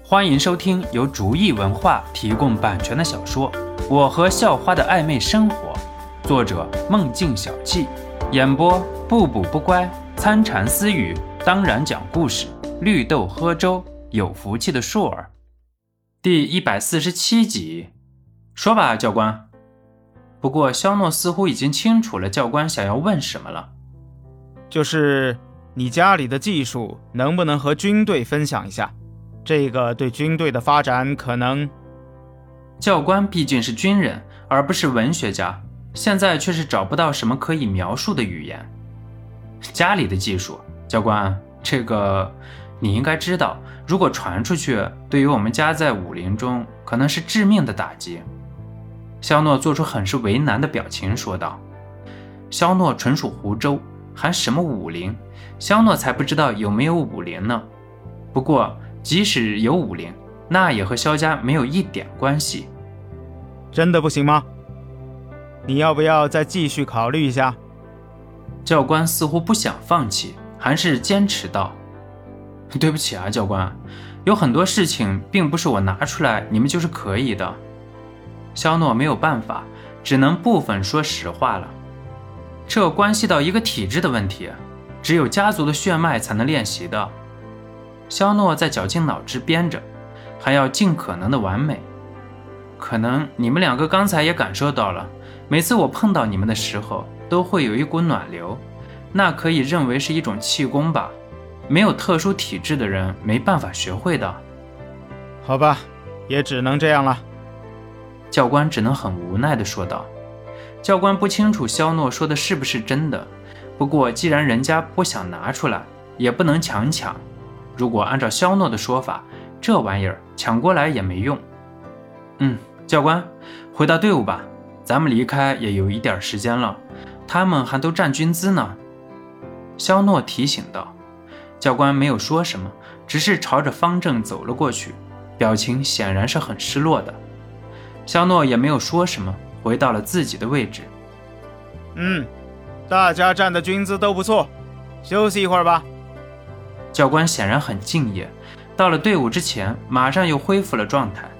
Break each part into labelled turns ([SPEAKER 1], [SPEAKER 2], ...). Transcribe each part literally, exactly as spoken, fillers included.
[SPEAKER 1] 欢迎收听由竹意文化提供版权的小说《我和校花的暧昧生活》，作者梦境小憩，演播不补不乖、参禅私语，当然讲故事，绿豆喝粥，有福气的硕儿。第一百四十七集。说吧，教官。不过肖诺似乎已经清楚了教官想要问什么了。
[SPEAKER 2] 就是你家里的技术能不能和军队分享一下？这个对军队的发展可能……
[SPEAKER 1] 教官毕竟是军人，而不是文学家，现在却是找不到什么可以描述的语言。家里的技术，教官，这个你应该知道，如果传出去，对于我们家在武林中可能是致命的打击。肖诺做出很是为难的表情说道。肖诺纯属胡诌，还什么武林？肖诺才不知道有没有武林呢。不过即使有武林，那也和肖家没有一点关系。
[SPEAKER 2] 真的不行吗？你要不要再继续考虑一下？
[SPEAKER 1] 教官似乎不想放弃，还是坚持道：对不起啊，教官，有很多事情并不是我拿出来你们就是可以的。肖诺没有办法，只能部分说实话了。这关系到一个体质的问题，只有家族的血脉才能练习的。肖诺在绞尽脑汁编着，还要尽可能的完美。可能你们两个刚才也感受到了，每次我碰到你们的时候，都会有一股暖流，那可以认为是一种气功吧。没有特殊体质的人没办法学会的。
[SPEAKER 2] 好吧，也只能这样了。
[SPEAKER 1] 教官只能很无奈地说道。教官不清楚肖诺说的是不是真的，不过既然人家不想拿出来，也不能强抢。如果按照肖诺的说法，这玩意儿抢过来也没用。嗯，教官，回到队伍吧，咱们离开也有一点时间了，他们还都占军资呢。肖诺提醒道。教官没有说什么，只是朝着方正走了过去，表情显然是很失落的。肖诺也没有说什么，回到了自己的位置。
[SPEAKER 2] 嗯，大家占的军资都不错，休息一会儿吧。
[SPEAKER 1] 教官显然很敬业，到了队伍之前马上又恢复了状态。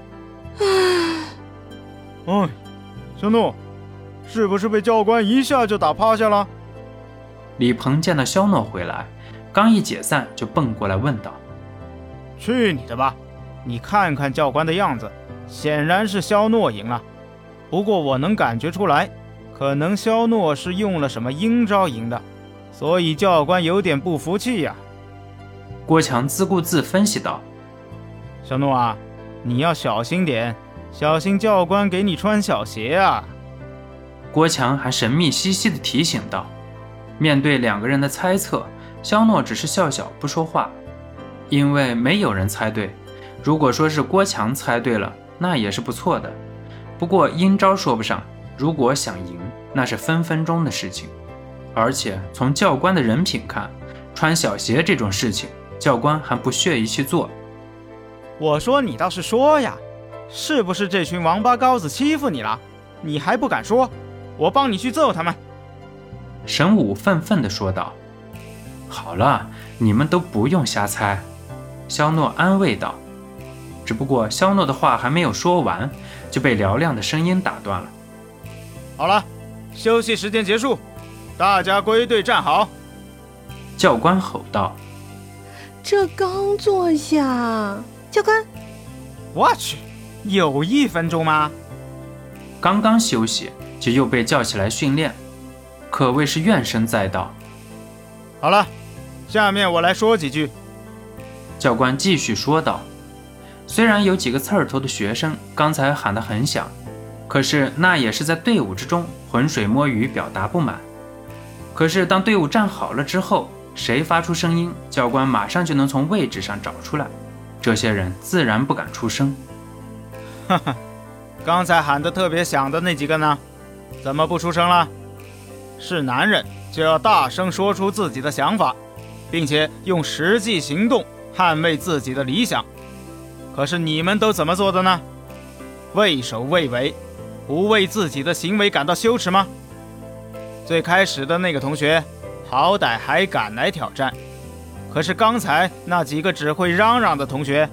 [SPEAKER 2] 哎，小诺，是不是被教官一下就打趴下了？
[SPEAKER 1] 李鹏见到肖诺回来，刚一解散就蹦过来问道：
[SPEAKER 2] 去你的吧，你看看教官的样子，显然是肖诺赢了。不过我能感觉出来，可能肖诺是用了什么阴招赢的，所以教官有点不服气呀、啊。
[SPEAKER 1] 郭强自顾自分析道：
[SPEAKER 2] 小诺啊，你要小心点，小心教官给你穿小鞋啊。
[SPEAKER 1] 郭强还神秘兮兮地提醒道。面对两个人的猜测，肖诺只是笑笑不说话，因为没有人猜对。如果说是郭强猜对了，那也是不错的。不过阴招说不上，如果想赢，那是分分钟的事情。而且从教官的人品看，穿小鞋这种事情教官还不屑于去做。
[SPEAKER 2] 我说你倒是说呀，是不是这群王八羔子欺负你了？你还不敢说，我帮你去揍他们。
[SPEAKER 1] 神武愤愤地说道。好了，你们都不用瞎猜，肖诺安慰道。只不过肖诺的话还没有说完，就被嘹亮的声音打断了。
[SPEAKER 2] 好了，休息时间结束，大家归队站好。
[SPEAKER 1] 教官吼道。
[SPEAKER 3] 这刚坐下，教官，
[SPEAKER 2] 我去，有一分钟吗？
[SPEAKER 1] 刚刚休息就又被叫起来训练，可谓是怨声载道。
[SPEAKER 2] 好了，下面我来说几句。
[SPEAKER 1] 教官继续说道。虽然有几个刺儿头的学生刚才喊得很响，可是那也是在队伍之中浑水摸鱼表达不满。可是当队伍站好了之后，谁发出声音，教官马上就能从位置上找出来，这些人自然不敢出声。
[SPEAKER 2] 哈哈，刚才喊得特别响的那几个呢？怎么不出声了？是男人就要大声说出自己的想法，并且用实际行动捍卫自己的理想。可是你们都怎么做的呢？畏首畏尾，不为自己的行为感到羞耻吗？最开始的那个同学好歹还敢来挑战，可是刚才那几个只会嚷嚷的同学，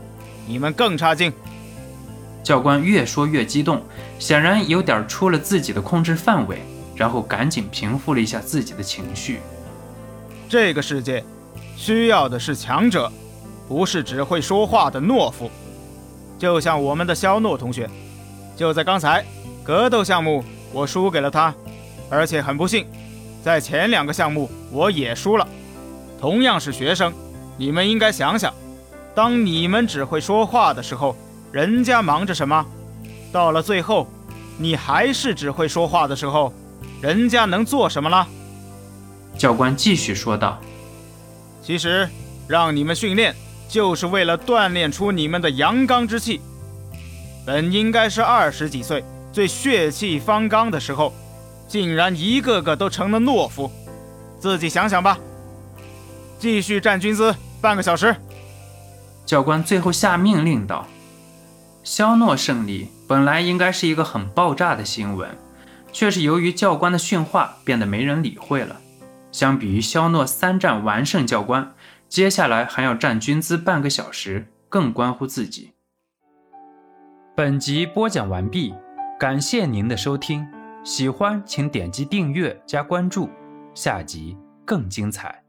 [SPEAKER 2] 你们更差劲。
[SPEAKER 1] 教官越说越激动，显然有点出了自己的控制范围，然后赶紧平复了一下自己的情绪。
[SPEAKER 2] 这个世界需要的是强者，不是只会说话的懦夫。就像我们的肖诺同学，就在刚才格斗项目我输给了他，而且很不幸，在前两个项目我也输了。同样是学生，你们应该想想，当你们只会说话的时候，人家忙着什么？到了最后，你还是只会说话的时候，人家能做什么了？
[SPEAKER 1] 教官继续说道：
[SPEAKER 2] 其实让你们训练就是为了锻炼出你们的阳刚之气。本应该是二十几岁最血气方刚的时候，竟然一个个都成了懦夫。自己想想吧。继续站军姿半个小时。
[SPEAKER 1] 教官最后下命令道。肖诺胜利本来应该是一个很爆炸的新闻，却是由于教官的训话变得没人理会了。相比于肖诺三战完胜教官，接下来还要站军姿半个小时，更关乎自己。本集播讲完毕，感谢您的收听，喜欢请点击订阅加关注，下集更精彩。